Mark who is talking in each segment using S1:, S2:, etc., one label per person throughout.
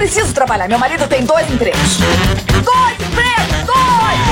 S1: preciso trabalhar. Meu marido tem 2 empregos. 2 empregos! 2!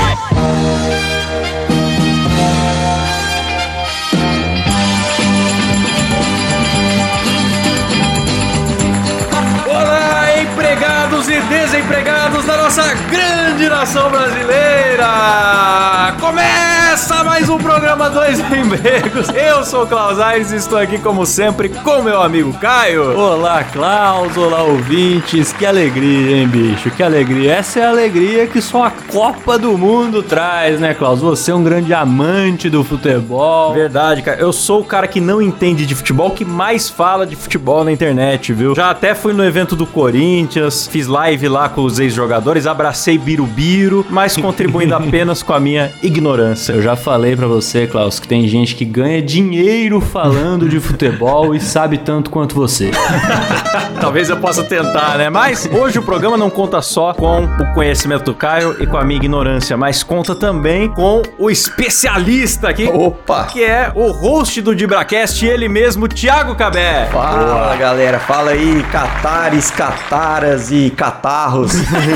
S2: Olá, empregados e desempregados da nossa grande nação brasileira! Começa mais um programa 2 Empregos. Eu sou o Klaus Aires e estou aqui, como sempre, com meu amigo Caio.
S3: Olá, Klaus. Olá, ouvintes. Que alegria, hein, bicho? Que alegria. Essa é a alegria que só a Copa do Mundo traz, né, Klaus? Você é um grande amante do futebol.
S2: Verdade, cara. Eu sou o cara que não entende de futebol, que mais fala de futebol na internet, viu? Já até fui no evento do Corinthians, fiz live lá com os ex-jogadores, abracei Birubiru, mas contribuindo apenas com a minha ignorância.
S3: Eu já falei pra você, Klaus, que tem gente que ganha dinheiro falando de futebol e sabe tanto quanto você.
S2: Talvez eu possa tentar, né? Mas hoje o programa não conta só com o conhecimento do Caio e com a minha ignorância, mas conta também com o especialista aqui.
S4: Opa!
S2: Que é o host do DibraCast, ele mesmo, Thiago Cabé.
S4: Fala, galera. Fala aí, catares, cataras e catarros.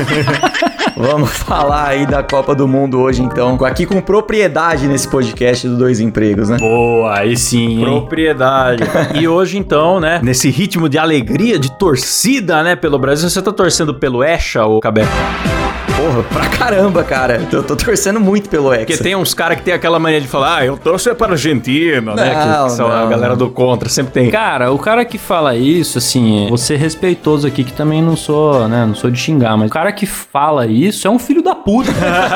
S4: Vamos falar aí da Copa do Mundo hoje, então. Aqui com propriedade nesse podcast do 2 Empregos, né?
S2: Boa, aí sim, hein? Propriedade. E hoje, então, né, nesse ritmo de alegria, de torcida, né, pelo Brasil, você tá torcendo pelo Hexa, ô Cabé?
S4: Porra, pra caramba, cara. Eu tô torcendo muito pelo Hexa.
S2: Porque tem uns caras que tem aquela mania de falar, eu torço para a Argentina, né? Que são a galera do contra, sempre tem.
S3: Cara, o cara que fala isso, assim, vou ser respeitoso aqui, que também não sou, né, não sou de xingar, mas o cara que fala isso é um filho da puta.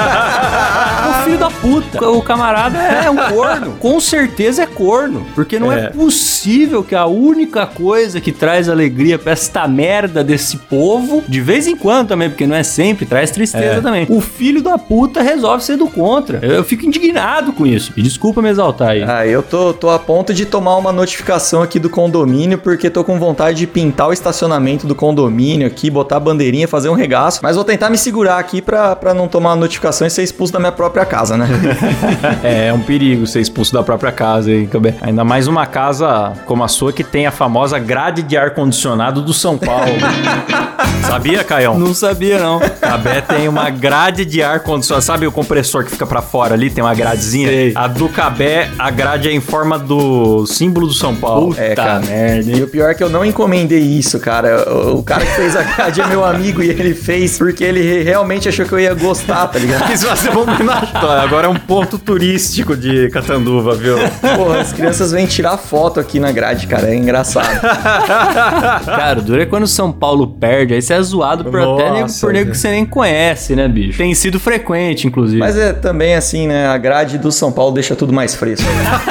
S3: É um filho da puta. O camarada é um corno. Com certeza é corno. Porque não é possível que a única coisa que traz alegria pra esta merda desse povo, de vez em quando também, porque não é sempre, traz tristeza também. O filho da puta resolve ser do contra. Eu fico indignado com isso. E desculpa me exaltar aí.
S4: Ah, eu tô a ponto de tomar uma notificação aqui do condomínio, porque tô com vontade de pintar o estacionamento do condomínio aqui, botar a bandeirinha, fazer um regaço. Mas vou tentar me segurar aqui pra não tomar uma notificação e ser expulso da minha própria casa, né?
S2: É um perigo ser expulso da própria casa, hein, Cabé? Ainda mais uma casa como a sua que tem a famosa grade de ar-condicionado do São Paulo. Sabia, Caião?
S3: Não sabia, não.
S2: Cabé tem uma grade de ar-condicionado. Sabe o compressor que fica pra fora ali? Tem uma gradezinha?
S3: Sei.
S2: A do Cabé, a grade é em forma do símbolo do São Paulo.
S4: É, cara.
S3: Merda.
S4: E o pior é que eu não encomendei isso, cara. O cara que fez a grade é meu amigo e ele fez porque ele realmente achou que eu ia gostar, tá ligado?
S2: Quis fazer uma homenagem. Agora é um ponto turístico de Catanduva, viu?
S4: Porra, as crianças vêm tirar foto aqui na grade, cara. É engraçado.
S3: Cara, o duro é quando o São Paulo perde, aí você é zoado por nego que você nem conhece, né, bicho? Tem sido frequente, inclusive.
S4: Mas é também assim, né? A grade do São Paulo deixa tudo mais fresco.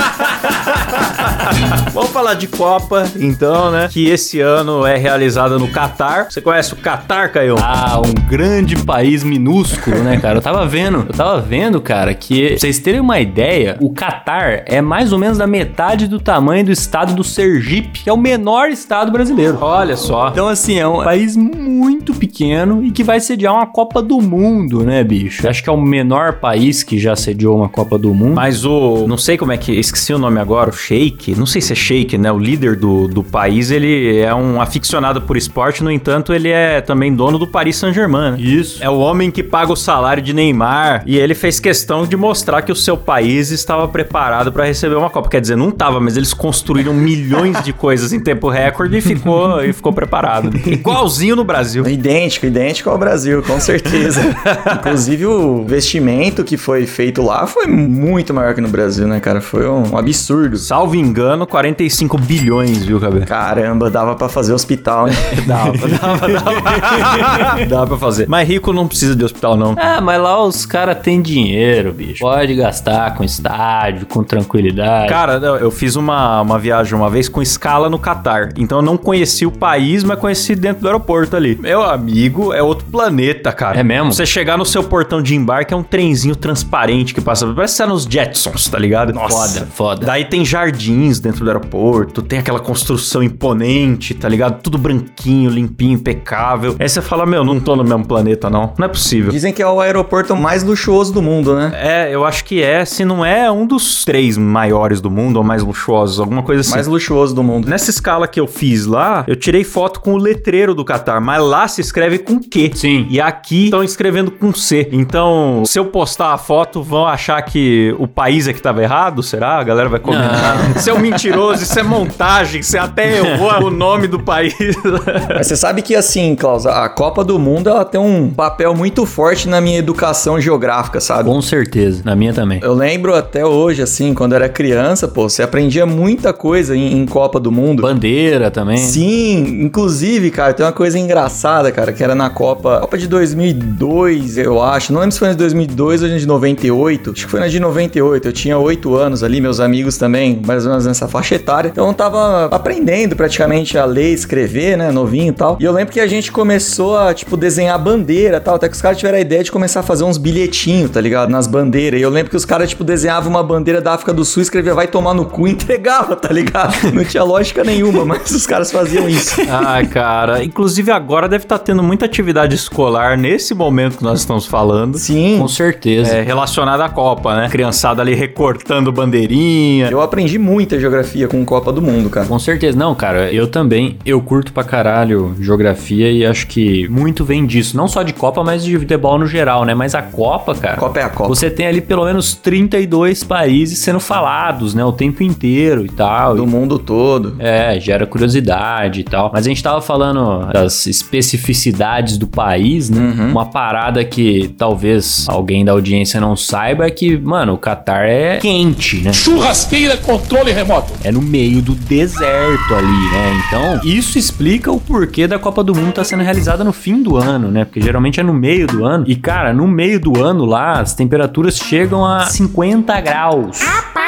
S2: Vamos falar de Copa, então, né? Que esse ano é realizada no Catar. Você conhece o Catar, Caio?
S3: Ah, um grande país minúsculo, né, cara? Eu tava vendo, cara, que pra vocês terem uma ideia, o Catar é mais ou menos da metade do tamanho do estado do Sergipe, que é o menor estado brasileiro.
S2: Olha só.
S3: Então, assim, é um país muito pequeno e que vai sediar uma Copa do Mundo, né, bicho? Acho que é o menor país que já sediou uma Copa do Mundo.
S2: Mas não sei como é que... Esqueci o nome agora, o Sheik. Não sei se é Sheik, né? O líder do país, ele é um aficionado por esporte, no entanto, ele é também dono do Paris Saint-Germain, né?
S3: Isso.
S2: É o homem que paga o salário de Neymar e ele fez questão de mostrar que o seu país estava preparado para receber uma Copa. Quer dizer, não estava, mas eles construíram milhões de coisas em tempo recorde e ficou preparado. Igualzinho no Brasil.
S4: Idêntico ao Brasil, com certeza. Inclusive, o investimento que foi feito lá foi muito maior que no Brasil, né, cara? Foi um absurdo.
S2: Salvo engano, 45 bilhões, viu, Cabé?
S4: Caramba, dava pra fazer hospital, né?
S2: Dava pra fazer. Mas rico não precisa de hospital, não.
S3: Ah, mas lá os caras têm dinheiro, bicho. Pode gastar com estádio, com tranquilidade.
S2: Cara, eu fiz uma viagem uma vez com escala no Catar. Então eu não conheci o país, mas conheci dentro do aeroporto ali. Meu amigo, é outro planeta, cara.
S3: É mesmo?
S2: Você chegar no seu portão de embarque, é um trenzinho transparente que passa. Parece que tá nos Jetsons, tá ligado?
S3: Nossa, foda.
S2: Daí tem jardim jardins dentro do aeroporto, tem aquela construção imponente, tá ligado? Tudo branquinho, limpinho, impecável. Aí você fala, meu, não tô no mesmo planeta, não. Não é possível.
S4: Dizem que é o aeroporto mais luxuoso do mundo, né?
S2: É, eu acho que se não é um dos 3 maiores do mundo, ou mais luxuosos, alguma coisa assim.
S4: Mais luxuoso do mundo.
S2: Nessa escala que eu fiz lá, eu tirei foto com o letreiro do Catar, mas lá se escreve com Q.
S3: Sim.
S2: E aqui estão escrevendo com C. Então, se eu postar a foto, vão achar que o país é que tava errado, será? A galera vai comentar. Isso é um mentiroso, isso é montagem, você até errou o nome do país.
S4: Mas você sabe que, assim, Klaus, a Copa do Mundo, ela tem um papel muito forte na minha educação geográfica, sabe?
S3: Com certeza, na minha também.
S4: Eu lembro até hoje, assim, quando eu era criança, pô, você aprendia muita coisa em Copa do Mundo.
S3: Bandeira também.
S4: Sim, inclusive, cara, tem uma coisa engraçada, cara, que era na Copa de 2002, eu acho. Não lembro se foi na de 2002 ou na de 98. Acho que foi na de 98. Eu tinha 8 anos ali, meus amigos também, mais ou menos nessa faixa etária. Então eu tava aprendendo praticamente a ler e escrever, né, novinho e tal. E eu lembro que a gente começou a, tipo, desenhar bandeira e tal, até que os caras tiveram a ideia de começar a fazer uns bilhetinhos, tá ligado? Nas bandeiras. E eu lembro que os caras, tipo, desenhavam uma bandeira da África do Sul, escrevia vai tomar no cu e entregava, tá ligado? Não tinha lógica nenhuma, mas os caras faziam isso.
S2: Ai, cara, inclusive agora deve estar tendo muita atividade escolar nesse momento que nós estamos falando.
S4: Sim.
S3: Com certeza.
S2: Relacionada à Copa, né? Criançada ali recortando bandeirinha.
S4: Eu aprendi muita geografia com Copa do Mundo, cara.
S3: Com certeza. Não, cara, eu também. Eu curto pra caralho geografia e acho que muito vem disso. Não só de Copa, mas de futebol no geral, né? Mas a Copa, cara...
S4: A Copa é a Copa.
S3: Você tem ali pelo menos 32 países sendo falados, né? O tempo inteiro e tal.
S4: Do mundo todo.
S3: Gera curiosidade e tal. Mas a gente tava falando das especificidades do país, né?
S4: Uhum.
S3: Uma parada que talvez alguém da audiência não saiba é que, mano, o Catar é quente, né?
S5: Churrasqueira, controle remoto.
S3: É no meio do deserto ali, né? Então, isso explica o porquê da Copa do Mundo tá sendo realizada no fim do ano, né? Porque geralmente é no meio do ano. E, cara, no meio do ano lá, as temperaturas chegam a 50 graus.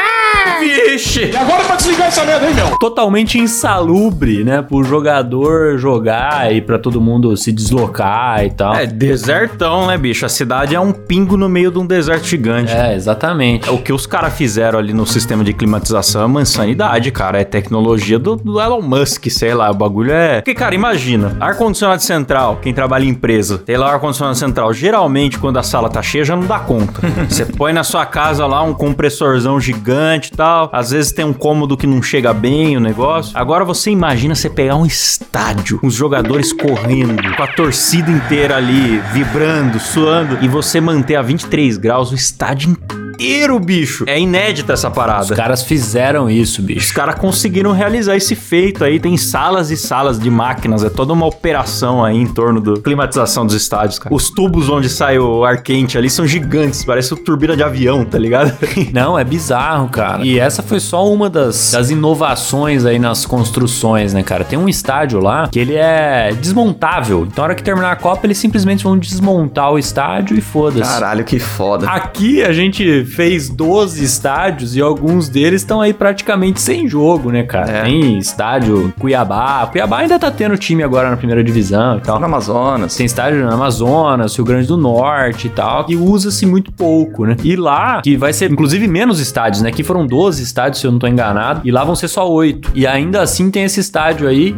S2: Vixe!
S5: E agora pra desligar essa merda aí, meu?
S3: Totalmente insalubre, né? Pro jogador jogar e pra todo mundo se deslocar e tal.
S2: É, desertão, né, bicho? A cidade é um pingo no meio de um deserto gigante.
S3: É, exatamente.
S2: O que os caras fizeram ali no sistema de climatização é uma insanidade, cara. É tecnologia do Elon Musk, sei lá. O bagulho é... Porque, cara, imagina. Ar-condicionado central, quem trabalha em empresa, tem lá o ar-condicionado central. Geralmente, quando a sala tá cheia, já não dá conta. Você põe na sua casa lá um compressorzão gigante e tal. Às vezes tem um cômodo que não chega bem o negócio. Agora você imagina você pegar um estádio, os jogadores correndo, com a torcida inteira ali, vibrando, suando, e você manter a 23 graus o estádio inteiro, bicho. É inédita essa parada.
S3: Os caras fizeram isso, bicho.
S2: Os caras conseguiram realizar esse feito aí. Tem salas e salas de máquinas. É toda uma operação aí em torno da climatização dos estádios, cara. Os tubos onde sai o ar quente ali são gigantes. Parece uma turbina de avião, tá ligado?
S3: Não, é bizarro, cara. E essa foi só uma das inovações aí nas construções, né, cara? Tem um estádio lá que ele é desmontável. Então, na hora que terminar a Copa, eles simplesmente vão desmontar o estádio e foda-se.
S4: Caralho, que foda.
S3: Aqui a gente fez 12 estádios e alguns deles estão aí praticamente sem jogo, né, cara?
S4: É.
S3: Tem estádio em Cuiabá. Cuiabá ainda tá tendo time agora na primeira divisão e tal.
S4: No Amazonas.
S3: Tem estádio no Amazonas, Rio Grande do Norte e tal, e usa-se muito pouco, né? E lá, que vai ser, inclusive, menos estádios, né? Aqui foram 12 estádios, se eu não tô enganado, e lá vão ser só 8. E ainda assim tem esse estádio aí,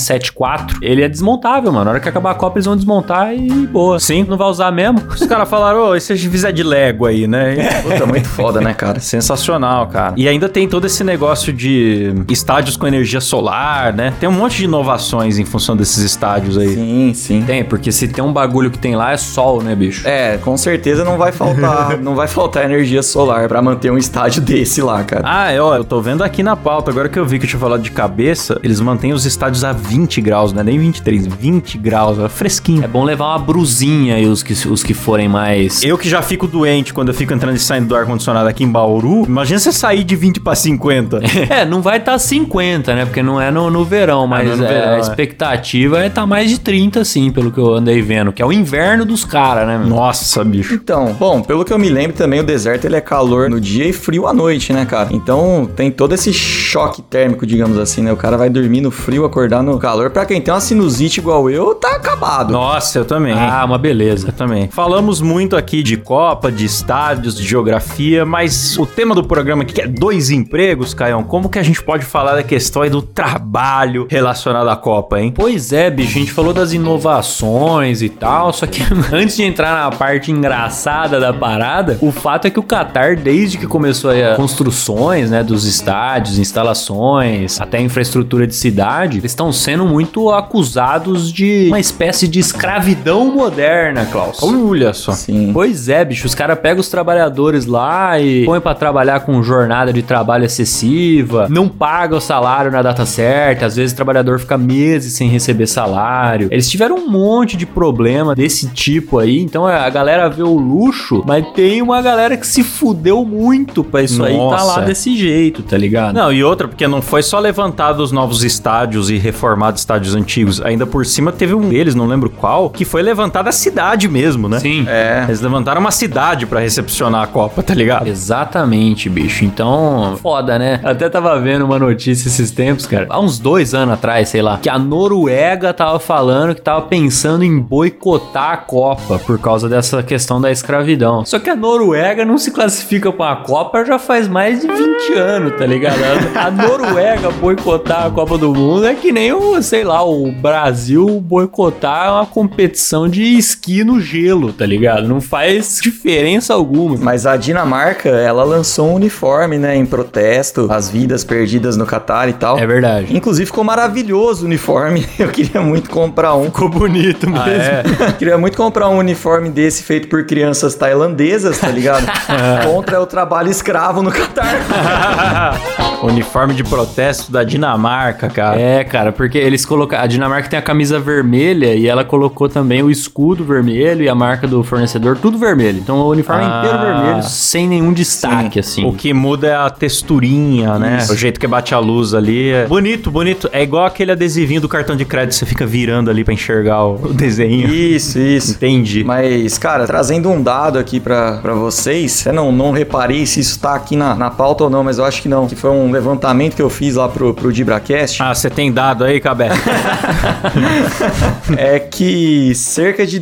S3: 974, ele é desmontável, mano. Na hora que acabar a Copa, eles vão desmontar e boa.
S2: Sim.
S3: Não vai usar mesmo.
S2: Os caras falaram, e se a gente fizer de Lego aí, né?
S4: Puta, muito foda, né, cara?
S2: Sensacional, cara. E ainda tem todo esse negócio de estádios com energia solar, né? Tem um monte de inovações em função desses estádios aí.
S4: Sim, sim.
S3: Tem, porque se tem um bagulho que tem lá é sol, né, bicho?
S4: É, com certeza não vai faltar, não vai faltar energia solar pra manter um estádio desse lá, cara.
S2: Ah, eu tô vendo aqui na pauta, agora que eu vi que eu tinha falado de cabeça, eles mantêm os estádios a 20 graus, né? Nem 23, 20 graus, é fresquinho.
S3: É bom levar uma brusinha aí, os que forem mais...
S2: Eu que já fico doente quando eu fico entrando e saindo do ar-condicionado aqui em Bauru, imagina você sair de 20 pra 50.
S3: É, não vai estar 50, né? Porque não é no verão, mas
S2: não é no verão,
S3: a expectativa é estar mais de 30, sim, pelo que eu andei vendo, que é o inverno dos caras, né, meu?
S2: Nossa, bicho.
S4: Então, bom, pelo que eu me lembro também, o deserto ele é calor no dia e frio à noite, né, cara? Então tem todo esse choque térmico, digamos assim, né? O cara vai dormir no frio, acordar no calor. Pra quem tem uma sinusite igual eu, tá acabado.
S2: Nossa, eu também.
S3: Ah, uma beleza.
S2: Eu também. Falamos muito aqui de Copa, de estádios, de geografia, geografia, mas o tema do programa aqui que é 2 empregos, Caião, como que a gente pode falar da questão aí do trabalho relacionado à Copa, hein?
S3: Pois é, bicho, a gente falou das inovações e tal, só que antes de entrar na parte engraçada da parada, o fato é que o Qatar, desde que começou aí as construções, né, dos estádios, instalações, até a infraestrutura de cidade, eles estão sendo muito acusados de uma espécie de escravidão moderna, Klaus.
S2: Olha só.
S4: Sim.
S3: Pois é, bicho, os caras pegam os trabalhadores lá e põem pra trabalhar com jornada de trabalho excessiva, não pagam o salário na data certa, às vezes o trabalhador fica meses sem receber salário. Eles tiveram um monte de problema desse tipo aí, então a galera vê o luxo, mas tem uma galera que se fudeu muito pra isso aí tá lá desse jeito, tá ligado?
S2: Não, e outra, porque não foi só levantado os novos estádios e reformado estádios antigos, ainda por cima teve um deles, não lembro qual, que foi levantada a cidade mesmo, né?
S3: Sim.
S2: Eles levantaram uma cidade pra recepcionar a Copa, tá ligado?
S3: Exatamente, bicho. Então, foda, né? Até tava vendo uma notícia esses tempos, cara. Há uns 2 anos atrás, sei lá, que a Noruega tava falando que tava pensando em boicotar a Copa por causa dessa questão da escravidão. Só que a Noruega não se classifica pra Copa já faz mais de 20 anos, tá ligado? A Noruega boicotar a Copa do Mundo é que nem o, sei lá, o Brasil boicotar uma competição de esqui no gelo, tá ligado? Não faz diferença alguma.
S4: Mas a Dinamarca, ela lançou um uniforme, né, em protesto às vidas perdidas no Qatar e tal.
S3: É verdade.
S4: Inclusive ficou maravilhoso o uniforme. Eu queria muito comprar um.
S3: Ficou bonito mesmo.
S4: Queria muito comprar um uniforme desse feito por crianças tailandesas, tá ligado? Contra o trabalho escravo no Qatar.
S2: Uniforme de protesto da Dinamarca, cara.
S3: É, cara, porque eles colocaram... A Dinamarca tem a camisa vermelha e ela colocou também o escudo vermelho e a marca do fornecedor, tudo vermelho. Então o uniforme é inteiro vermelho, sem nenhum destaque, assim.
S2: O que muda é a texturinha, né?
S3: Isso.
S2: O jeito que bate a luz ali. Bonito, bonito. É igual aquele adesivinho do cartão de crédito, você fica virando ali pra enxergar o desenho.
S4: Isso.
S2: Entendi.
S4: Mas, cara, trazendo um dado aqui pra vocês, eu não reparei se isso tá aqui na pauta ou não, mas eu acho que não. Que foi um levantamento que eu fiz lá pro DibraCast.
S2: Ah, você tem dado aí, Cabé?
S4: É que cerca de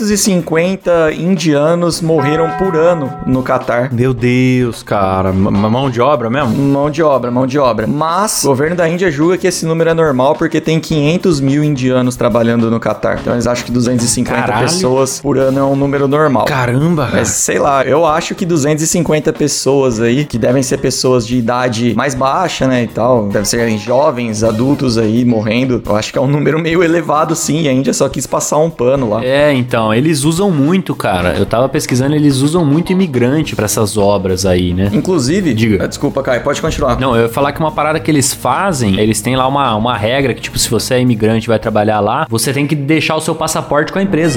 S4: 250 indianos morreram por ano no Qatar.
S2: Meu Deus, cara. Mão de obra mesmo?
S4: Mão de obra. Mas o governo da Índia julga que esse número é normal porque tem 500 mil indianos trabalhando no Qatar. Então eles acham que 250 pessoas por ano é um número normal.
S2: Caramba, cara.
S4: Mas sei lá, eu acho que 250 pessoas aí, que devem ser pessoas de idade mais baixa, né, e tal, devem ser jovens, adultos aí morrendo. Eu acho que é um número meio elevado, sim, e a Índia só quis passar um pano lá.
S3: É, então, eles usam muito, cara. Eu tava pesquisando, eles usam muito imigrante pra essas obras aí, né?
S4: Inclusive,
S3: diga.
S4: Desculpa, Kai, pode continuar.
S3: Não, eu ia falar que uma parada que eles fazem, eles têm lá uma regra que, tipo, se você é imigrante e vai trabalhar lá, você tem que deixar o seu passaporte com a empresa.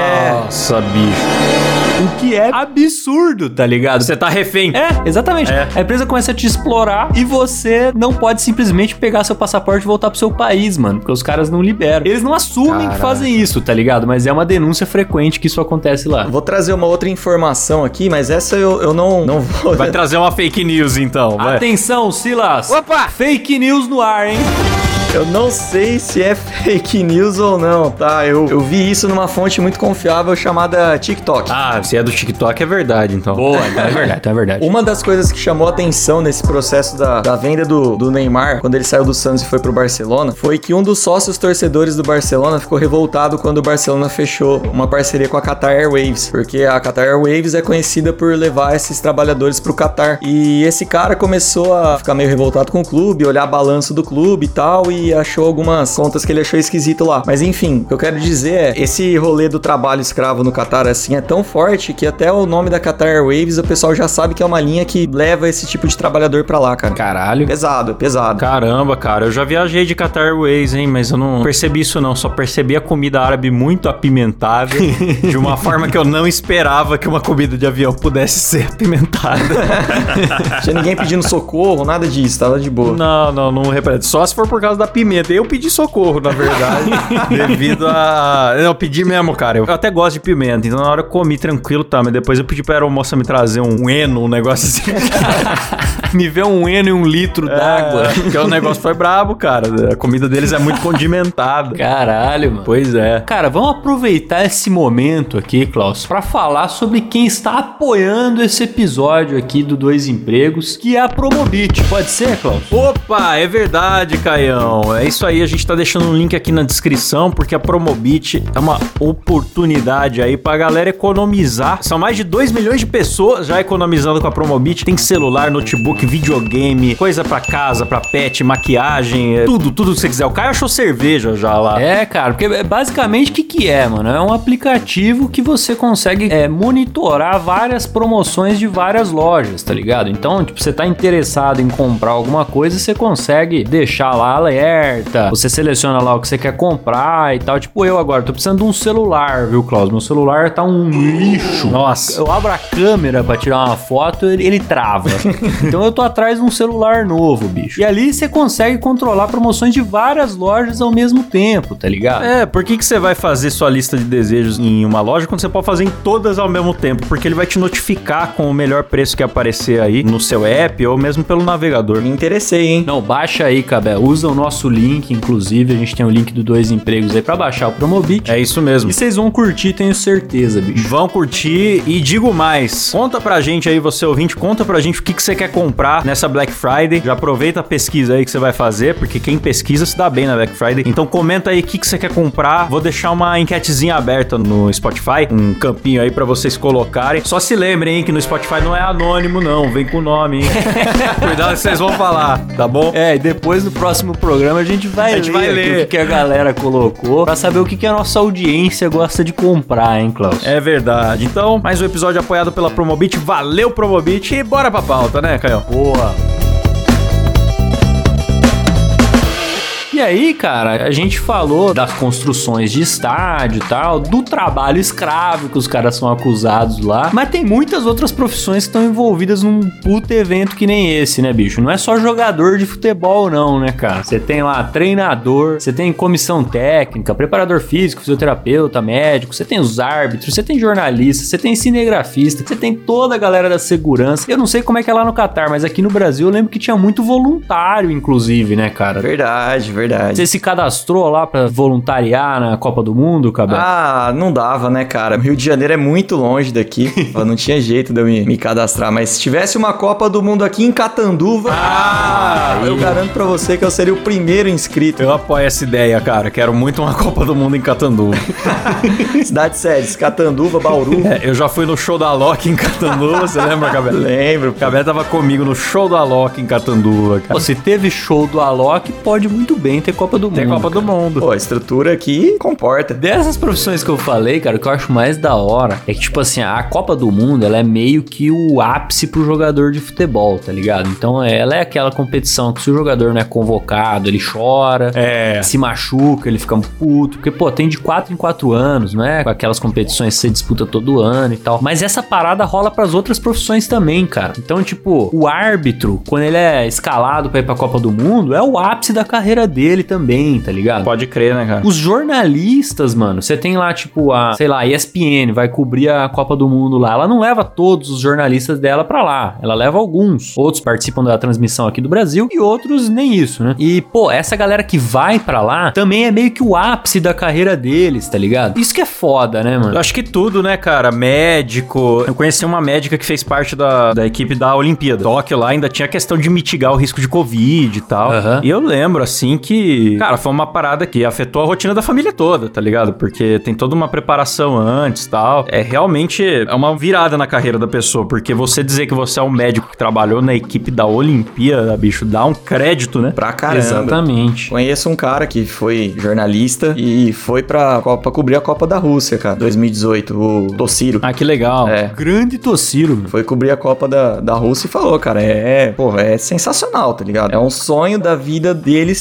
S2: Nossa, bicho.
S3: O que é absurdo, tá ligado?
S2: Você tá refém.
S3: É, exatamente. A empresa começa a te explorar e você não pode simplesmente pegar seu passaporte e voltar pro seu país, mano, porque os caras não liberam. Eles não assumem que fazem isso, tá ligado? Mas é uma denúncia frequente que isso acontece lá.
S4: Vou trazer uma outra informação aqui, mas essa eu não vou...
S2: Vai trazer uma fake news, então. Vai.
S3: Atenção, Silas.
S2: Opa!
S3: Fake news no ar, hein?
S4: Eu não sei se é fake news ou não, tá? Eu vi isso numa fonte muito confiável chamada TikTok.
S2: Ah, se é do TikTok é verdade, então.
S3: Boa, então é verdade,
S4: Uma das coisas que chamou a atenção nesse processo da venda do Neymar, quando ele saiu do Santos e foi pro Barcelona, foi que um dos sócios torcedores do Barcelona ficou revoltado quando o Barcelona fechou uma parceria com a Qatar Airways, porque a Qatar Airways é conhecida por levar esses trabalhadores pro Qatar. E esse cara começou a ficar meio revoltado com o clube, olhar balanço do clube e tal, e achou algumas contas que ele achou esquisito lá. Mas enfim, o que eu quero dizer é, esse rolê do trabalho escravo no Qatar, assim, é tão forte que até o nome da Qatar Airways, o pessoal já sabe que é uma linha que leva esse tipo de trabalhor pra lá, cara.
S3: Caralho.
S4: Pesado.
S2: Caramba, cara, eu já viajei de Qatar Airways, hein, mas eu não percebi isso não, só percebi a comida árabe muito apimentada, de uma forma que eu não esperava que uma comida de avião pudesse ser apimentada.
S4: Tinha ninguém pedindo socorro, nada disso, tava de boa.
S2: Não reparei, só se for por causa da pimenta. Eu pedi socorro, na verdade, devido a... Eu pedi mesmo, cara, eu até gosto de pimenta, então na hora eu comi tranquilo, tá, mas depois eu pedi pra aeromoça me trazer um eno, um negócio assim.
S3: Me vê um Eno e um litro d'água.
S2: Porque o negócio foi brabo, cara. A comida deles é muito condimentada.
S3: Caralho, mano.
S2: Pois é.
S3: Cara, vamos aproveitar esse momento aqui, Klaus, pra falar sobre quem está apoiando esse episódio aqui do Dois Empregos, que é a Promobit. Pode ser, Klaus?
S2: Opa, é verdade, Caião. É isso aí, a gente tá deixando um link aqui na descrição, porque a Promobit é uma oportunidade aí pra galera economizar. São mais de 2 milhões de pessoas já economizando com a Promobit. Tem celular, notebook, videogame, coisa pra casa, pra pet, maquiagem, tudo que você quiser. O Caio achou cerveja já lá.
S3: É, cara, porque basicamente o que é, mano? É um aplicativo que você consegue monitorar várias promoções de várias lojas, tá ligado? Então, tipo, você tá interessado em comprar alguma coisa, você consegue deixar lá alerta, você seleciona lá o que você quer comprar e tal. Tipo, eu agora tô precisando de um celular, viu, Klaus? Meu celular tá um lixo.
S2: Nossa.
S3: Eu abro a câmera pra tirar uma foto, ele trava. Então eu tô atrás de um celular novo, bicho. E ali você consegue controlar promoções de várias lojas ao mesmo tempo, tá ligado?
S2: Por que você vai fazer sua lista de desejos em uma loja quando você pode fazer em todas ao mesmo tempo? Porque ele vai te notificar com o melhor preço que aparecer aí no seu app ou mesmo pelo navegador.
S4: Me interessei, hein?
S3: Não, baixa aí, Cabé. Usa o nosso link, inclusive. A gente tem o link do Dois Empregos aí pra baixar o Promobit.
S2: É isso mesmo.
S3: E vocês vão curtir, tenho certeza, bicho.
S2: Vão curtir e digo mais. Conta pra gente aí, você ouvinte, conta pra gente o que você quer comprar nessa Black Friday. Já aproveita a pesquisa aí que você vai fazer, porque quem pesquisa se dá bem na Black Friday. Então comenta aí o que você quer comprar. Vou deixar uma enquetezinha aberta no Spotify, um campinho aí pra vocês colocarem. Só se lembrem, hein, que no Spotify não é anônimo não, vem com o nome, hein. Cuidado que vocês vão falar, tá bom?
S3: E depois no próximo programa a gente vai ler o que a galera colocou pra saber o que a nossa audiência gosta de comprar, hein, Klaus?
S2: É verdade. Então, mais um episódio apoiado pela Promobit. Valeu, Promobit. E bora pra pauta, né, Caio?
S3: Boa! E aí, cara, a gente falou das construções de estádio e tal, do trabalho escravo que os caras são acusados lá, mas tem muitas outras profissões que estão envolvidas num puto evento que nem esse, né, bicho? Não é só jogador de futebol, não, né, cara? Você tem lá treinador, você tem comissão técnica, preparador físico, fisioterapeuta, médico, você tem os árbitros, você tem jornalista, você tem cinegrafista, você tem toda a galera da segurança. Eu não sei como é que é lá no Catar, mas aqui no Brasil eu lembro que tinha muito voluntário, inclusive, né, cara?
S4: Verdade.
S3: Você se cadastrou lá pra voluntariar na Copa do Mundo, Cabé?
S4: Ah, não dava, né, cara? Rio de Janeiro é muito longe daqui. Não tinha jeito de eu me cadastrar. Mas se tivesse uma Copa do Mundo aqui em Catanduva, eu garanto pra você que eu seria o primeiro inscrito.
S2: Eu apoio essa ideia, cara. Quero muito uma Copa do Mundo em Catanduva.
S4: Cidades sérias, Catanduva, Bauru.
S2: Eu já fui no show da Alok em Catanduva, você lembra, Cabé?
S4: Lembro.
S2: O Cabé tava comigo no show do Alok em Catanduva, cara.
S3: Pô, se teve show do Alok, pode muito bem ter Copa do Mundo.
S2: Tem Copa do Mundo.
S4: Pô, a estrutura aqui comporta.
S3: Dessas profissões que eu falei, cara, o que eu acho mais da hora é que, tipo assim, a Copa do Mundo, ela é meio que o ápice pro jogador de futebol, tá ligado? Então, ela é aquela competição que se o jogador não é convocado, ele chora, se machuca, ele fica puto, porque, pô, tem de 4 em 4 anos, não é? Com aquelas competições que você disputa todo ano e tal. Mas essa parada rola pras outras profissões também, cara. Então, tipo, o árbitro, quando ele é escalado pra ir pra Copa do Mundo, é o ápice da carreira dele também, tá ligado?
S2: Pode crer, né, cara?
S3: Os jornalistas, mano, você tem lá, tipo, a ESPN vai cobrir a Copa do Mundo lá. Ela não leva todos os jornalistas dela pra lá. Ela leva alguns. Outros participam da transmissão aqui do Brasil e outros nem isso, né? E, pô, essa galera que vai pra lá também é meio que o ápice da carreira deles, tá ligado? Isso que é foda, né, mano?
S2: Eu acho que tudo, né, cara? Médico. Eu conheci uma médica que fez parte da equipe da Olimpíada. Tóquio lá ainda tinha a questão de mitigar o risco de Covid e tal. E eu lembro, assim, que, cara, foi uma parada que afetou a rotina da família toda, tá ligado? Porque tem toda uma preparação antes e tal. Realmente é uma virada na carreira da pessoa, porque você dizer que você é um médico que trabalhou na equipe da Olimpíada, bicho, dá um crédito, né?
S4: Pra caramba.
S3: Exatamente.
S4: Conheço um cara que foi jornalista e foi pra cobrir a Copa da Rússia, cara, 2018, o Tossiro.
S3: Ah, que legal. Grande Tossiro, meu.
S4: Foi cobrir a Copa da Rússia e falou, cara, é sensacional, tá ligado? É um sonho da vida dele se realizando.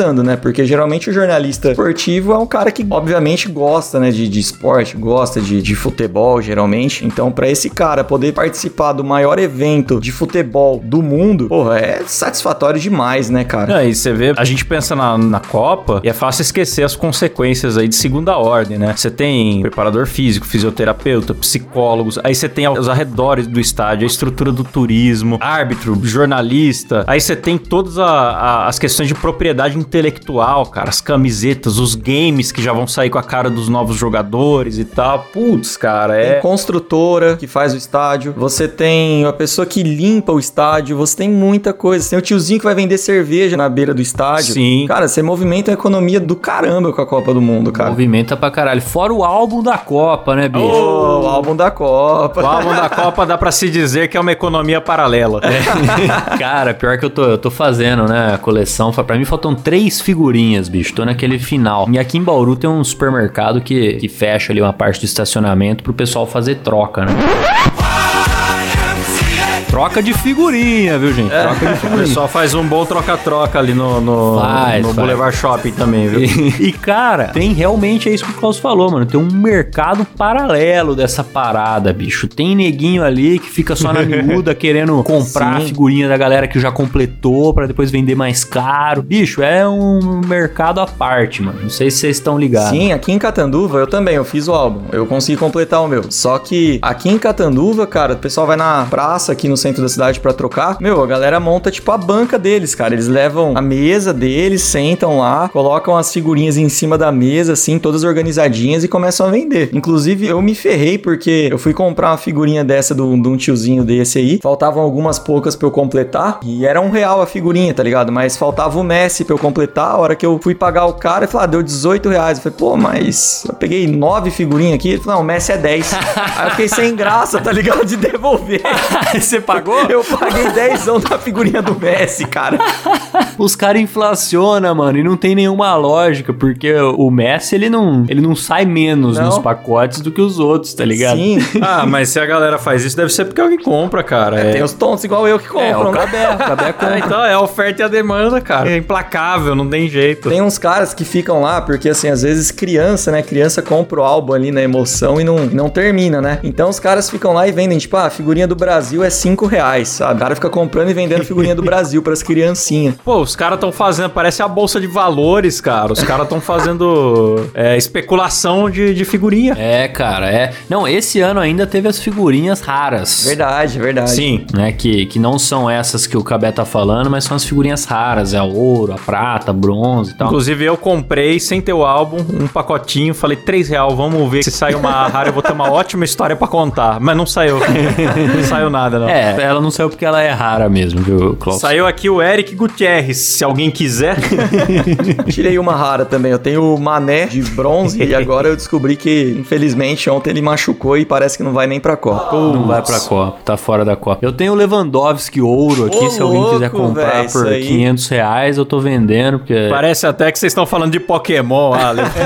S4: analisando, né? Porque geralmente o jornalista esportivo é um cara que, obviamente, gosta, né, de esporte, gosta de futebol, geralmente. Então, pra esse cara poder participar do maior evento de futebol do mundo, porra, é satisfatório demais, né, cara?
S2: Aí você vê, a gente pensa na Copa e é fácil esquecer as consequências aí de segunda ordem, né? Você tem preparador físico, fisioterapeuta, psicólogos, aí você tem os arredores do estádio, a estrutura do turismo, árbitro, jornalista, aí você tem todas as questões de propriedade intelectual, cara, as camisetas, os games que já vão sair com a cara dos novos jogadores e tal. Putz, cara,
S4: Tem construtora que faz o estádio, você tem a pessoa que limpa o estádio, você tem muita coisa. Você tem o tiozinho que vai vender cerveja na beira do estádio.
S2: Sim.
S4: Cara, você movimenta a economia do caramba com a Copa do Mundo, cara.
S3: Movimenta pra caralho. Fora o álbum da Copa, né, bicho?
S4: O álbum da Copa.
S2: O álbum da Copa dá pra se dizer que é uma economia paralela.
S3: Cara, pior que eu tô fazendo, né, a coleção. Pra mim faltam 3 figurinhas, bicho. Tô naquele final. E aqui em Bauru tem um supermercado que fecha ali uma parte do estacionamento pro pessoal fazer troca, né? Troca de figurinha, viu, gente? Troca de
S2: O
S3: figurinha.
S2: pessoal faz um bom troca-troca ali no
S3: Faz.
S2: Boulevard Shopping também, viu?
S3: E, cara, tem realmente, é isso que o Klaus falou, mano. Tem um mercado paralelo dessa parada, bicho. Tem neguinho ali que fica só na miúda querendo comprar a figurinha da galera que já completou pra depois vender mais caro. Bicho, é um mercado à parte, mano. Não sei se vocês estão ligados.
S4: Sim, aqui em Catanduva eu fiz o álbum. Eu consegui completar o meu. Só que aqui em Catanduva, cara, o pessoal vai na praça aqui no centro da cidade pra trocar. Meu, a galera monta tipo a banca deles, cara. Eles levam a mesa deles, sentam lá, colocam as figurinhas em cima da mesa, assim, todas organizadinhas e começam a vender. Inclusive, eu me ferrei porque eu fui comprar uma figurinha dessa de um tiozinho desse aí. Faltavam algumas poucas pra eu completar e era R$1 a figurinha, tá ligado? Mas faltava o Messi pra eu completar. A hora que eu fui pagar o cara, ele falou, deu R$18. Eu falei, pô, mas eu peguei 9 figurinhas aqui. Ele falou, não, o Messi é 10. Aí eu fiquei sem graça, tá ligado? De devolver.
S3: Você pagou?
S4: Eu paguei 10 da figurinha do Messi, cara.
S3: Os caras inflacionam, mano, e não tem nenhuma lógica, porque o Messi, ele não sai menos
S4: Não.
S3: nos pacotes do que os outros, tá ligado?
S4: Sim.
S2: Ah, mas se a galera faz isso, deve ser porque alguém compra, cara.
S4: Tem os tontos igual eu que compram,
S3: o
S4: né?
S3: Cabé compra.
S2: Então é a oferta e a demanda, cara. É implacável, não tem jeito.
S4: Tem uns caras que ficam lá, porque assim, às vezes criança, né? Criança compra o álbum ali na emoção e não termina, né? Então os caras ficam lá e vendem, tipo, a figurinha do Brasil é R$5, sabe? O cara fica comprando e vendendo figurinha do Brasil pras criancinhas.
S2: Pô, os caras estão fazendo, parece a bolsa de valores, cara. Os caras estão fazendo especulação de figurinha.
S3: É, cara, é. Não, esse ano ainda teve as figurinhas raras.
S4: Verdade, verdade.
S2: Sim.
S3: Né, que não são essas que o Cabé tá falando, mas são as figurinhas raras. É o ouro, a prata, a bronze e tal.
S2: Inclusive, eu comprei, sem ter o álbum, um pacotinho. Falei, R$3, vamos ver se sai uma rara. Eu vou ter uma ótima história pra contar. Mas não saiu. Não saiu nada, não.
S3: É, ela não saiu porque ela é rara mesmo, viu, Klaus?
S2: Saiu aqui o Eric Gutierrez, se alguém quiser.
S4: Tirei uma rara também. Eu tenho o Mané de bronze e agora eu descobri que, infelizmente, ontem ele machucou e parece que não vai nem pra Copa.
S3: Não vai pra Copa, tá fora da Copa. Eu tenho o Lewandowski ouro aqui,
S4: Ô,
S3: se alguém quiser
S4: louco,
S3: comprar
S4: véio,
S3: por
S4: isso aí.
S3: R$500, eu tô vendendo, porque...
S2: Parece até que vocês estão falando de Pokémon.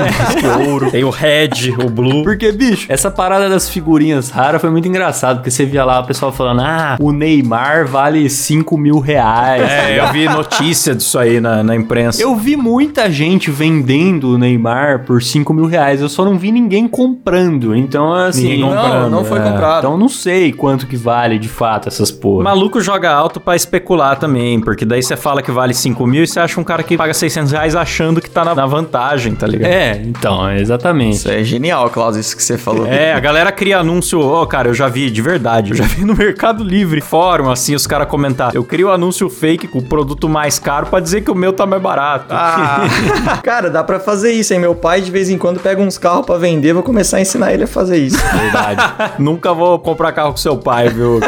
S2: Ouro. Tem o Red, o Blue.
S3: Porque, bicho, essa parada das figurinhas raras foi muito engraçado, porque você via lá o pessoal falando, o Neymar vale R$5.000.
S2: Eu vi notícia disso aí na imprensa.
S3: Eu vi muita gente vendendo o Neymar por R$5.000, eu só não vi ninguém comprando, então assim...
S2: Ninguém comprando,
S4: não foi comprado.
S3: Então não sei quanto que vale de fato essas porra.
S2: Maluco joga alto pra especular também, porque daí você fala que vale 5 mil e você acha um cara que paga R$600 achando que tá na vantagem, tá ligado?
S3: Então, exatamente.
S4: Isso é genial, Klaus, isso que você falou.
S2: A galera cria anúncio, cara, eu já vi, de verdade, eu já vi no Mercado Livre, fórum, assim, os caras comentar, eu crio anúncio fake com o produto mais caro pra dizer que o meu tá mais barato.
S4: Cara, dá pra fazer isso, hein? Meu pai de vez em quando pega uns carros pra vender, vou começar a ensinar ele a fazer isso.
S3: Verdade.
S2: Nunca vou comprar carro com seu pai, viu,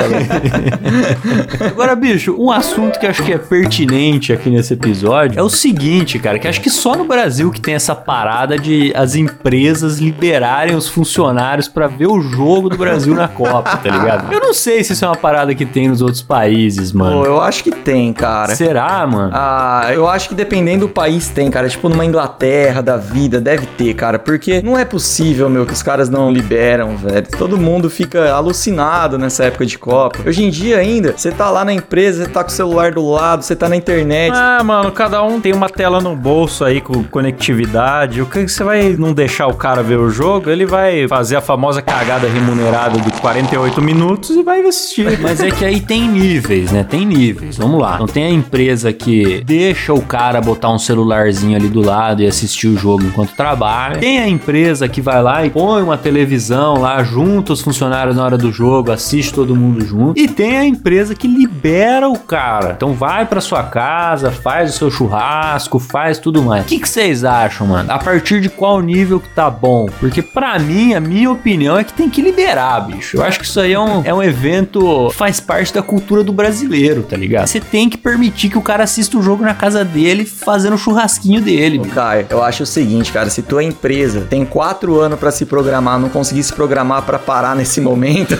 S2: cara?
S3: Agora, bicho, um assunto que eu acho que é pertinente aqui nesse episódio é o seguinte, cara, que acho que só no Brasil que tem essa parada de as empresas liberarem os funcionários pra ver o jogo do Brasil na Copa, tá ligado? Eu não sei se isso é uma parada parada que tem nos outros países, mano.
S4: Pô, eu acho que tem, cara.
S3: Será, mano?
S4: Ah, eu acho que dependendo do país tem, cara. Tipo, numa Inglaterra da vida, deve ter, cara. Porque não é possível, meu, que os caras não liberam, velho. Todo mundo fica alucinado nessa época de Copa. Hoje em dia ainda, você tá lá na empresa, você tá com o celular do lado, você tá na internet.
S2: Ah, mano, cada um tem uma tela no bolso aí com conectividade. O que você vai não deixar o cara ver o jogo? Ele vai fazer a famosa cagada remunerada de 48 minutos e vai assistir.
S3: Mas é que aí tem níveis, né? Tem níveis. Vamos lá. Não tem a empresa que deixa o cara botar um celularzinho ali do lado e assistir o jogo enquanto trabalha. Tem a empresa que vai lá e põe uma televisão lá, junta os funcionários na hora do jogo, assiste todo mundo junto. E tem a empresa que libera o cara. Então vai pra sua casa, faz o seu churrasco, faz tudo mais. O que vocês acham, mano? A partir de qual nível que tá bom? Porque pra mim, a minha opinião é que tem que liberar, bicho. Eu acho que isso aí é um evento que faz parte da cultura do brasileiro, tá ligado? Você tem que permitir que o cara assista o jogo na casa dele, fazendo o churrasquinho dele.
S4: Ô, Caio, eu acho o seguinte, cara, se tua empresa tem 4 anos pra se programar, não conseguir se programar pra parar nesse momento,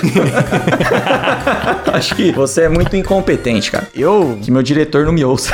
S4: acho que você é muito incompetente, cara. Que meu diretor não me ouça.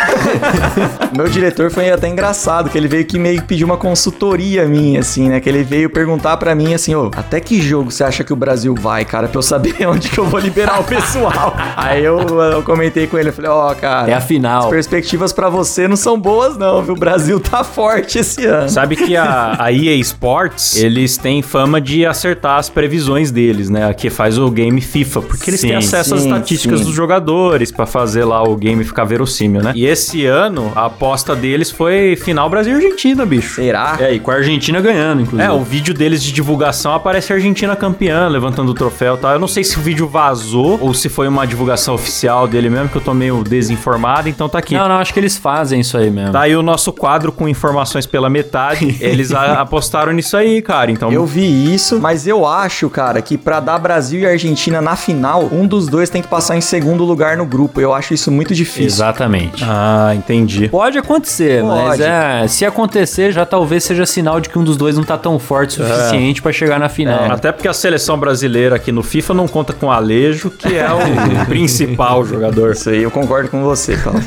S4: Meu diretor foi até engraçado, que ele veio que meio que pedir uma consultoria minha, assim, né? Que ele veio perguntar pra mim, assim, até que jogo você acha que o Brasil vai, cara, pra eu saber onde que eu vou liberar o pessoal? Aí eu comentei com ele, eu falei, cara,
S3: é a final.
S4: As perspectivas pra você não são boas não, viu? O Brasil tá forte esse ano.
S2: Sabe que a EA Sports, eles têm fama de acertar as previsões deles, né? Que faz o game FIFA, porque eles têm acesso às estatísticas dos jogadores pra fazer lá o game ficar verossímil, né? E esse ano, a aposta deles foi final Brasil e Argentina, bicho.
S4: Será?
S3: E com a Argentina ganhando, inclusive.
S2: O vídeo deles de divulgação aparece a Argentina campeã, levantando o troféu e tal. Eu não sei se o vídeo vazou ou se foi uma divulgação oficial dele mesmo, que eu tô meio desinformado, então tá aqui.
S3: Não, acho que eles fazem isso aí mesmo.
S2: Tá aí o nosso quadro com informações pela metade. Eles apostaram nisso aí, cara. Então
S4: eu vi isso, mas eu acho, cara, que pra dar Brasil e Argentina na final, um dos dois tem que passar em segundo lugar no grupo. Eu acho isso muito difícil.
S3: Exatamente.
S2: Ah, entendi.
S3: Pode acontecer, mas se acontecer, já talvez seja sinal de que um dos dois não tá tão forte o suficiente pra chegar na final.
S2: Até porque a seleção brasileira aqui no FIFA não conta com o Alejo, que é o principal jogador.
S4: Isso aí, eu concordo com você, Paulo.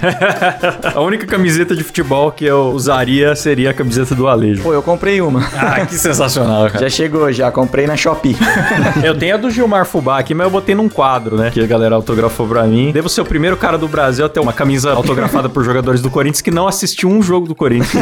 S2: A única camiseta de futebol que eu usaria seria a camiseta do Alejo.
S4: Pô, eu comprei uma.
S2: Ah, que sensacional, cara.
S4: Já chegou, comprei na Shopee.
S2: Eu tenho a do Gilmar Fubá aqui, mas eu botei num quadro, né? Que a galera autografou pra mim. Devo ser o primeiro cara do Brasil a ter uma camisa autografada por jogadores do Corinthians que não assistiu um jogo do Corinthians.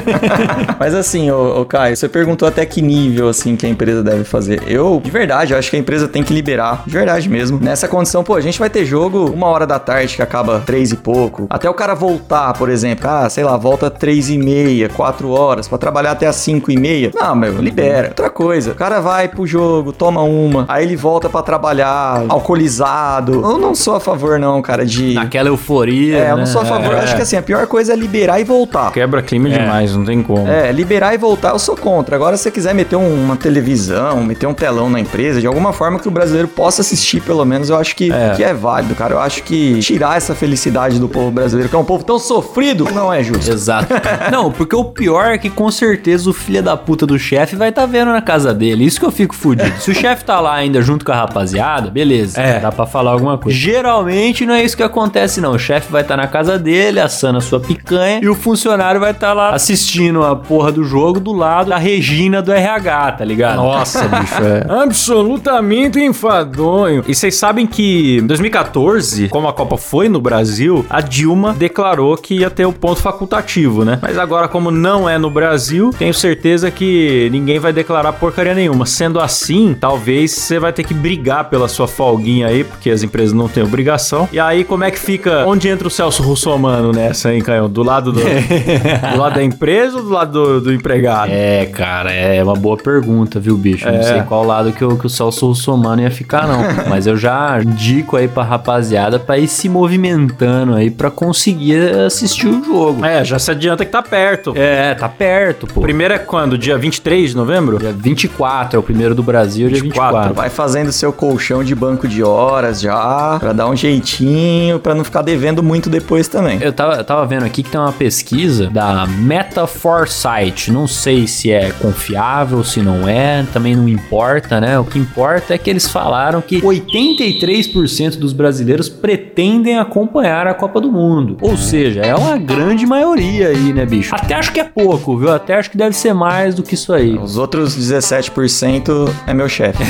S4: Mas assim, ô Caio, você perguntou até que nível, assim, que a empresa deve fazer. De verdade, eu acho que a empresa tem que liberar. De verdade mesmo. Nessa condição, pô, a gente vai ter jogo 1h que acaba 3 e pouco. Até o cara voltar, por exemplo. Sei lá, volta 3h30, 4 horas, pra trabalhar até as 5h30. Não, meu, libera. Outra coisa, o cara vai pro jogo, toma uma, aí ele volta pra trabalhar alcoolizado. Eu não sou a favor, não, cara, de...
S3: Naquela euforia,
S4: eu não sou a favor. Acho que assim, a pior coisa é liberar e voltar.
S2: Quebra clima demais, não tem como.
S4: Liberar e voltar eu sou contra. Agora, se você quiser meter uma televisão, meter um telão na empresa, de alguma forma que o brasileiro possa assistir, pelo menos, eu acho que é válido, cara. Eu acho que tirar essa felicidade do povo brasileiro, que é um povo tão sofrido, não é justo.
S3: Exato. Não, porque o pior é que com certeza o filho da puta do chefe vai tá vendo na casa dele. Isso que eu fico fudido. Se o chefe tá lá ainda junto com a rapaziada, beleza. Dá pra falar alguma coisa. Geralmente não é isso que acontece, não. O chefe vai tá na casa dele, assando a sua picanha, e o funcionário vai tá lá assistindo a porra do jogo do lado da Regina do RH, tá ligado?
S2: Nossa, bicho, absolutamente enfadonho. E vocês sabem que em 2014, como a Copa foi no Brasil, a Dilma declarou que ia ter o ponto facultativo, né? Mas agora, como não é no Brasil, tenho certeza que ninguém vai declarar porcaria nenhuma. Sendo assim, talvez você vai ter que brigar pela sua folguinha aí, porque as empresas não têm obrigação. E aí, como é que fica? Onde entra o Celso Russomano nessa, hein, Canhão? Do lado do lado da empresa ou do lado do empregado?
S3: Cara, é uma boa pergunta, viu, bicho? Não sei qual lado que o Celso Russomano ia ficar, não. Mas eu já indico aí pra rapaziada pra ir se movimentando aí pra conseguir assistir o jogo.
S2: Já se adianta que tá perto.
S3: Tá perto, pô.
S2: O primeiro é quando? Dia 23 de novembro?
S3: Dia 24, é o primeiro do Brasil, dia 24.
S4: Vai fazendo seu colchão de banco de horas já, pra dar um jeitinho, pra não ficar devendo muito depois também.
S3: Eu tava vendo aqui que tem uma pesquisa da Meta Foresight. Não sei se é confiável, se não é, também não importa, né? O que importa é que eles falaram que 83% 63% dos brasileiros pretendem acompanhar a Copa do Mundo. Ou seja, é uma grande maioria aí, né, bicho? Até acho que é pouco, viu? Até acho que deve ser mais do que isso aí.
S4: Os outros 17% é meu chefe.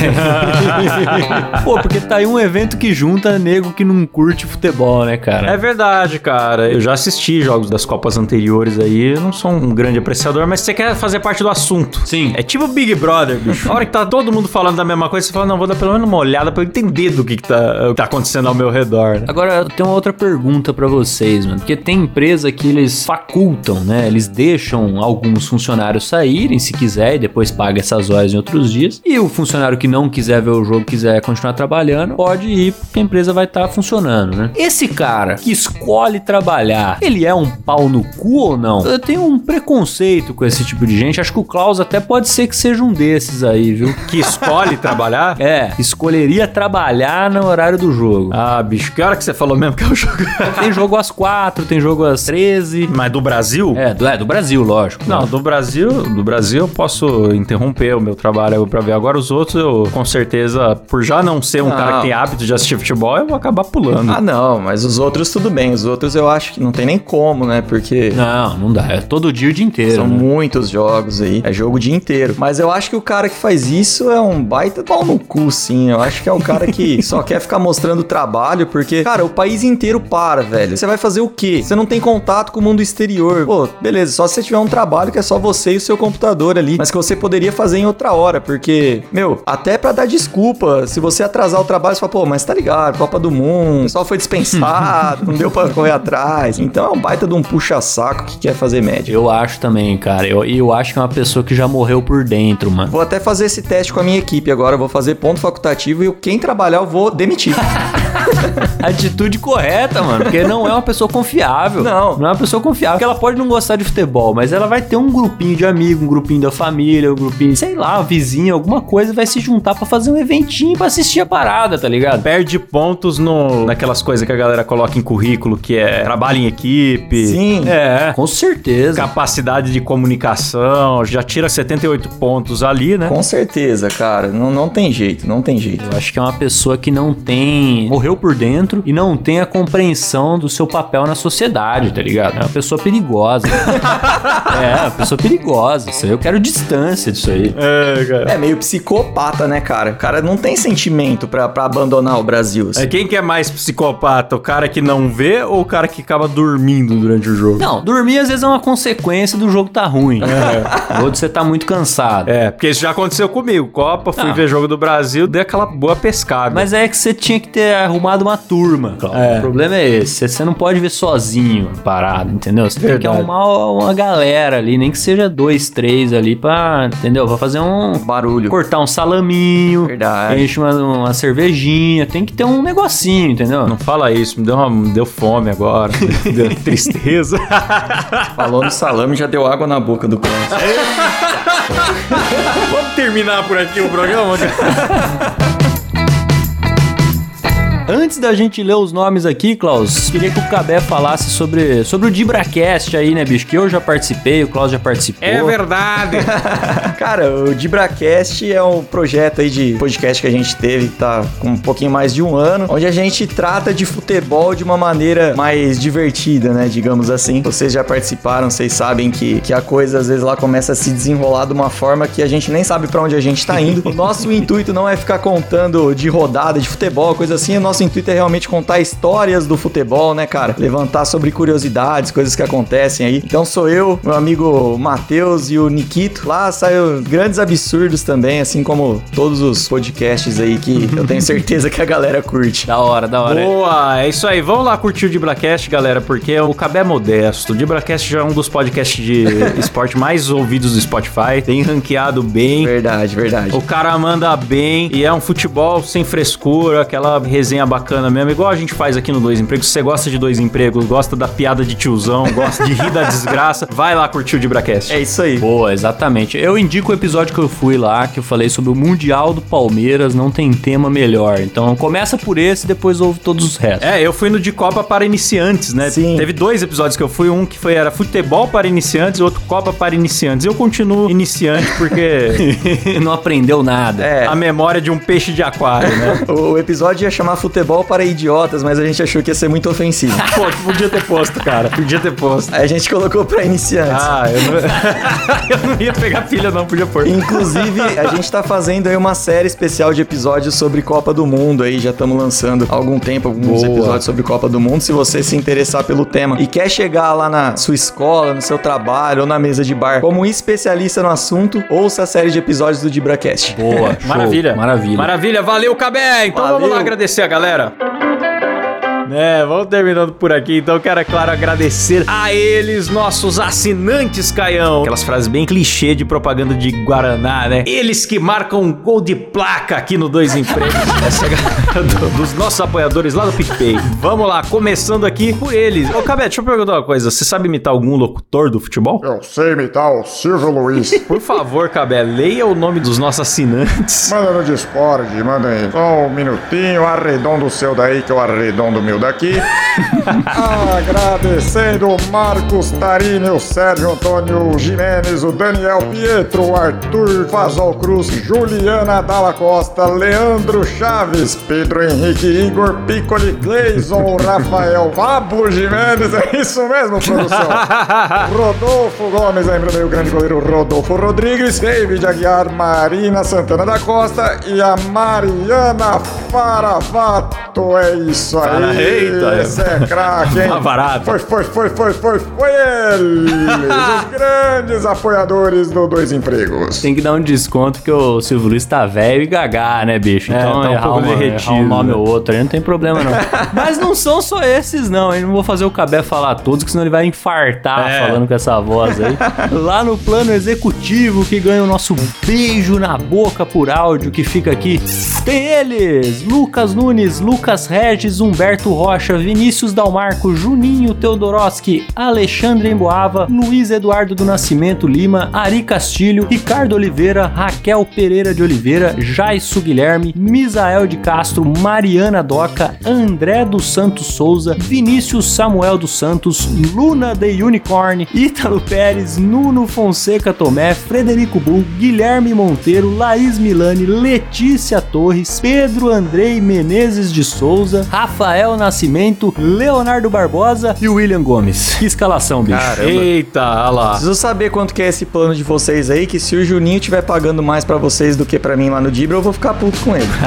S3: Pô, porque tá aí um evento que junta nego que não curte futebol, né, cara?
S2: É verdade, cara. Eu já assisti jogos das Copas anteriores aí. Eu não sou um grande apreciador, mas você quer fazer parte do assunto.
S3: Sim.
S2: É tipo Big Brother, bicho. A hora que tá todo mundo falando da mesma coisa, você fala, não, vou dar pelo menos uma olhada pra eu entender do que tá acontecendo ao meu redor, né?
S3: Agora, eu tenho uma outra pergunta pra vocês, mano. Porque tem empresa que eles facultam, né? Eles deixam alguns funcionários saírem, se quiser, e depois paga essas horas em outros dias. E o funcionário que não quiser ver o jogo, quiser continuar trabalhando, pode ir, porque a empresa vai estar funcionando, né? Esse cara que escolhe trabalhar, ele é um pau no cu ou não? Eu tenho um preconceito com esse tipo de gente. Acho que o Klaus até pode ser que seja um desses aí, viu?
S2: Que escolhe trabalhar?
S3: É, escolheria trabalhar no horário do jogo.
S2: Ah, bicho, que hora que você falou mesmo que é o jogo?
S3: Tem jogo às 4, tem jogo às 13.
S2: Mas do Brasil?
S3: Do Brasil, lógico.
S2: Não, do Brasil eu posso interromper o meu trabalho pra ver. Agora os outros, eu com certeza, por já não ser um cara que tem hábito de assistir futebol, eu vou acabar pulando.
S4: Ah, não, mas os outros tudo bem. Os outros eu acho que não tem nem como, né? Porque
S3: Não dá. É todo dia o dia inteiro.
S4: são
S3: né?
S4: muitos jogos aí. É jogo o dia inteiro. Mas eu acho que o cara que faz isso é um baita pau no cu, sim. Eu acho que é o cara que só quer ficar mostrando trabalho, porque, cara, o país inteiro para, velho. Você vai fazer o quê? Você não tem contato com o mundo exterior. Pô, beleza, só se você tiver um trabalho que é só você e o seu computador ali, mas que você poderia fazer em outra hora, porque, meu, até pra dar desculpa, se você atrasar o trabalho, você fala, pô, mas tá ligado, Copa do Mundo, o pessoal foi dispensado, não deu pra correr atrás. Então é um baita de um puxa-saco que quer fazer média.
S3: Eu acho também, cara. Eu acho que é uma pessoa que já morreu por dentro, mano.
S4: Vou até fazer esse teste com a minha equipe agora, eu vou fazer ponto facultativo e quem trabalhar eu vou demitir.
S3: Atitude correta, mano. Porque não é uma pessoa confiável.
S4: Não
S3: é uma pessoa confiável. Porque ela pode não gostar de futebol, mas ela vai ter um grupinho de amigos, um grupinho da família, um grupinho, sei lá, vizinho, alguma coisa, vai se juntar pra fazer um eventinho pra assistir a parada, tá ligado?
S2: Perde pontos naquelas coisas que a galera coloca em currículo, que é trabalho em equipe.
S4: Sim.
S2: É.
S3: Com certeza.
S2: Capacidade de comunicação, já tira 78 pontos ali, né?
S4: Com certeza, cara. Não tem jeito, não tem jeito.
S3: Eu acho que é uma pessoa que não tem... morreu por dentro e não tem a compreensão do seu papel na sociedade, tá ligado? É uma pessoa perigosa. É, uma pessoa perigosa. Isso aí eu quero distância disso aí.
S2: É, cara.
S4: É meio psicopata, né, cara? O cara não tem sentimento pra abandonar o Brasil. Assim.
S2: Quem que é mais psicopata? O cara que não vê ou o cara que acaba dormindo durante o jogo?
S3: Não, dormir às vezes é uma consequência do jogo tá ruim. Ou de você tá muito cansado.
S2: É, porque isso já aconteceu comigo. Copa, fui ver jogo do Brasil, dei aquela boa pescada.
S3: Mas é que você tinha que ter arrumado uma turma. O problema é esse. Você não pode ver sozinho parado, entendeu? Você tem que arrumar uma galera ali, nem que seja 2, 3 ali pra, entendeu? Pra fazer um
S4: barulho.
S3: Cortar um salaminho.
S4: Verdade.
S3: Enche uma cervejinha. Tem que ter um negocinho, entendeu?
S2: Não fala isso, me deu fome agora. Deu tristeza.
S4: Falou no salame, já deu água na boca do Klaus.
S2: Vamos terminar por aqui o programa, cara?
S3: Antes da gente ler os nomes aqui, Klaus, queria que o Cabé falasse sobre o DibraCast aí, né, bicho? Que eu já participei, o Klaus já participou.
S2: É verdade.
S4: Cara, o DibraCast é um projeto aí de podcast que a gente teve, tá com um pouquinho mais de um ano, onde a gente trata de futebol de uma maneira mais divertida, né, digamos assim. Vocês já participaram, vocês sabem que a coisa às vezes lá começa a se desenrolar de uma forma que a gente nem sabe pra onde a gente tá indo. O nosso intuito não é ficar contando de rodada de futebol, coisa assim, o nosso intuito é realmente contar histórias do futebol, né, cara? Levantar sobre curiosidades, coisas que acontecem aí. Então sou eu, meu amigo Matheus e o Nikito. Lá saiu grandes absurdos também, assim como todos os podcasts aí que eu tenho certeza que a galera curte.
S3: Da hora.
S2: Boa, é isso aí. Vamos lá curtir o DibraCast, galera, porque o Cabé é modesto. O DibraCast já é um dos podcasts de esporte mais ouvidos do Spotify. Tem ranqueado bem.
S4: Verdade.
S2: O cara manda bem e é um futebol sem frescura, aquela resenha bacana mesmo, igual a gente faz aqui no Dois Empregos. Se você gosta de Dois Empregos, gosta da piada de tiozão, gosta de rir da desgraça, vai lá curtir o DibraCast.
S4: É isso aí.
S3: Boa, exatamente. Eu indico o episódio que eu fui lá, que eu falei sobre o Mundial do Palmeiras, não tem tema melhor. Então começa por esse e depois ouve todos os restos.
S2: É, eu fui no de Copa para iniciantes, né?
S4: Sim.
S2: Teve 2 episódios que eu fui, um que era futebol para iniciantes e outro Copa para iniciantes. Eu continuo iniciante porque
S3: não aprendeu nada.
S4: É.
S2: A memória de um peixe de aquário, né?
S4: O episódio ia chamar futebol para idiotas, mas a gente achou que ia ser muito ofensivo.
S2: Pô, podia ter posto, cara. Podia ter posto.
S4: Aí a gente colocou pra iniciantes.
S2: Eu não ia pegar pilha, não. Podia pôr.
S4: Inclusive, a gente tá fazendo aí uma série especial de episódios sobre Copa do Mundo aí, já estamos lançando há algum tempo alguns episódios sobre Copa do Mundo. Se você se interessar pelo tema e quer chegar lá na sua escola, no seu trabalho ou na mesa de bar como especialista no assunto, ouça a série de episódios do DibraCast.
S3: Boa,
S2: Maravilha.
S3: Maravilha.
S2: Maravilha, valeu, Cabé. Então vamos lá agradecer a galera. Vamos terminando por aqui. Então quero, é claro, agradecer a eles, nossos assinantes, Caião. Aquelas frases bem clichê de propaganda de Guaraná, né? Eles que marcam um gol de placa aqui no Dois Empregos. Essa é a galera dos nossos apoiadores lá do PicPay. Vamos lá, começando aqui por eles. Ô, Cabé, deixa eu perguntar uma coisa. Você sabe imitar algum locutor do futebol?
S6: Eu sei imitar o Silvio Luiz.
S2: Por favor, Cabé, leia o nome dos nossos assinantes.
S6: Manda no Discord, manda aí. Só um minutinho, arredondo o seu daí que eu arredondo o meu daqui. Agradecendo o Marcos Tarini, o Sérgio Antônio Jimenez, o Daniel Pietro, o Arthur Fazol Cruz, Juliana Dalla Costa, Leandro Chaves, Pedro Henrique, Igor Piccoli, Gleison, Rafael Pablo Jimenez, é isso mesmo, produção. Rodolfo Gomes, lembrando aí o grande goleiro Rodolfo Rodrigues, David Aguiar, Marina Santana da Costa e a Mariana Faravato, é isso aí.
S2: Eita,
S6: esse é craque, hein?
S2: Barato.
S6: Foi ele! Os grandes apoiadores do Dois Empregos.
S3: Tem que dar um desconto que o Silvio Luiz tá velho e gagá, né, bicho? Então
S2: tá um pouco derretido,
S3: errar um nome
S2: né?
S3: ou outro aí não tem problema, não. Mas não são só esses, não. Eu não vou fazer o Cabé falar todos, que senão ele vai infartar falando com essa voz aí. Lá no plano executivo, que ganha o nosso beijo na boca por áudio, que fica aqui, tem eles! Lucas Nunes, Lucas Regis, Humberto Rocha, Vinícius Dalmarco, Juninho Teodoroski, Alexandre Emboava, Luiz Eduardo do Nascimento Lima, Ari Castilho, Ricardo Oliveira, Raquel Pereira de Oliveira, Jaisso Guilherme, Misael de Castro, Mariana Doca, André dos Santos Souza, Vinícius Samuel dos Santos, Luna The Unicorn, Ítalo Pérez, Nuno Fonseca Tomé, Frederico Bull, Guilherme Monteiro, Laís Milani, Letícia Torres, Pedro Andrei Menezes de Souza, Rafael Nascimento, Leonardo Barbosa e William Gomes. Que escalação, bicho.
S4: Caramba.
S2: Eita, olha lá.
S4: Preciso saber quanto que é esse plano de vocês aí, que se o Juninho estiver pagando mais pra vocês do que pra mim lá no Dibra, eu vou ficar puto com ele.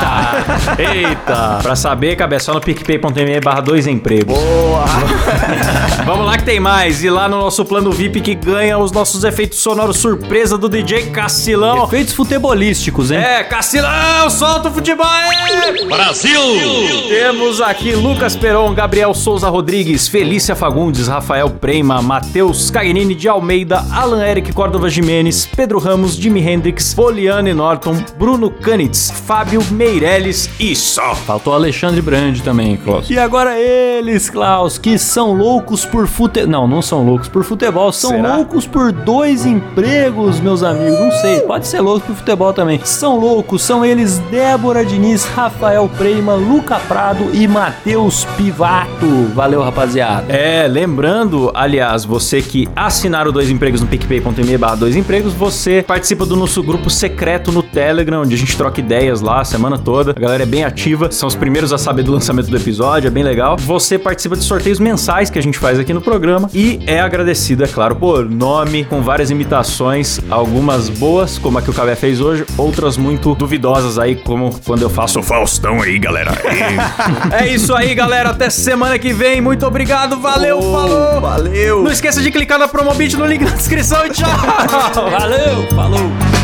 S2: Eita. Pra saber, Cabé, só no picpay.me/doisempregos.
S4: Boa!
S2: Vamos lá que tem mais. E lá no nosso plano VIP que ganha os nossos efeitos sonoros surpresa do DJ Cacilão.
S3: Efeitos futebolísticos, hein?
S2: Cacilão, solta o futebol aí! Brasil! Temos aqui Lucas Peron, Gabriel Souza Rodrigues, Felícia Fagundes, Rafael Prema, Matheus Cagnini de Almeida, Alan Eric Córdova Jimenez, Pedro Ramos, Jimi Hendrix, Poliane Norton, Bruno Canitz, Fábio Meirelles e só.
S3: Faltou Alexandre Brandi também, Klaus. E agora eles, Klaus, que são loucos por futebol. Não são loucos por futebol, são
S2: Será?
S3: loucos por dois empregos, meus amigos. Não sei, pode ser louco por futebol também. São loucos, são eles Débora Diniz, Rafael Prema, Luca Prado e Matheus Pivato. Valeu, rapaziada.
S2: Lembrando, aliás, você que assinar o Dois Empregos no picpay.me/doisempregos, você participa do nosso grupo secreto no Telegram, onde a gente troca ideias lá a semana toda. A galera é bem ativa, são os primeiros a saber do lançamento do episódio, é bem legal. Você participa de sorteios mensais que a gente faz aqui no programa e é agradecido, é claro, por nome, com várias imitações, algumas boas, como a que o Cabé fez hoje, outras muito duvidosas aí, como quando eu faço o Faustão aí, galera. É isso aí, galera, até semana que vem, muito obrigado, valeu, falou!
S4: Valeu!
S2: Não esqueça de clicar na Promobit no link na descrição e tchau!
S3: Valeu, falou!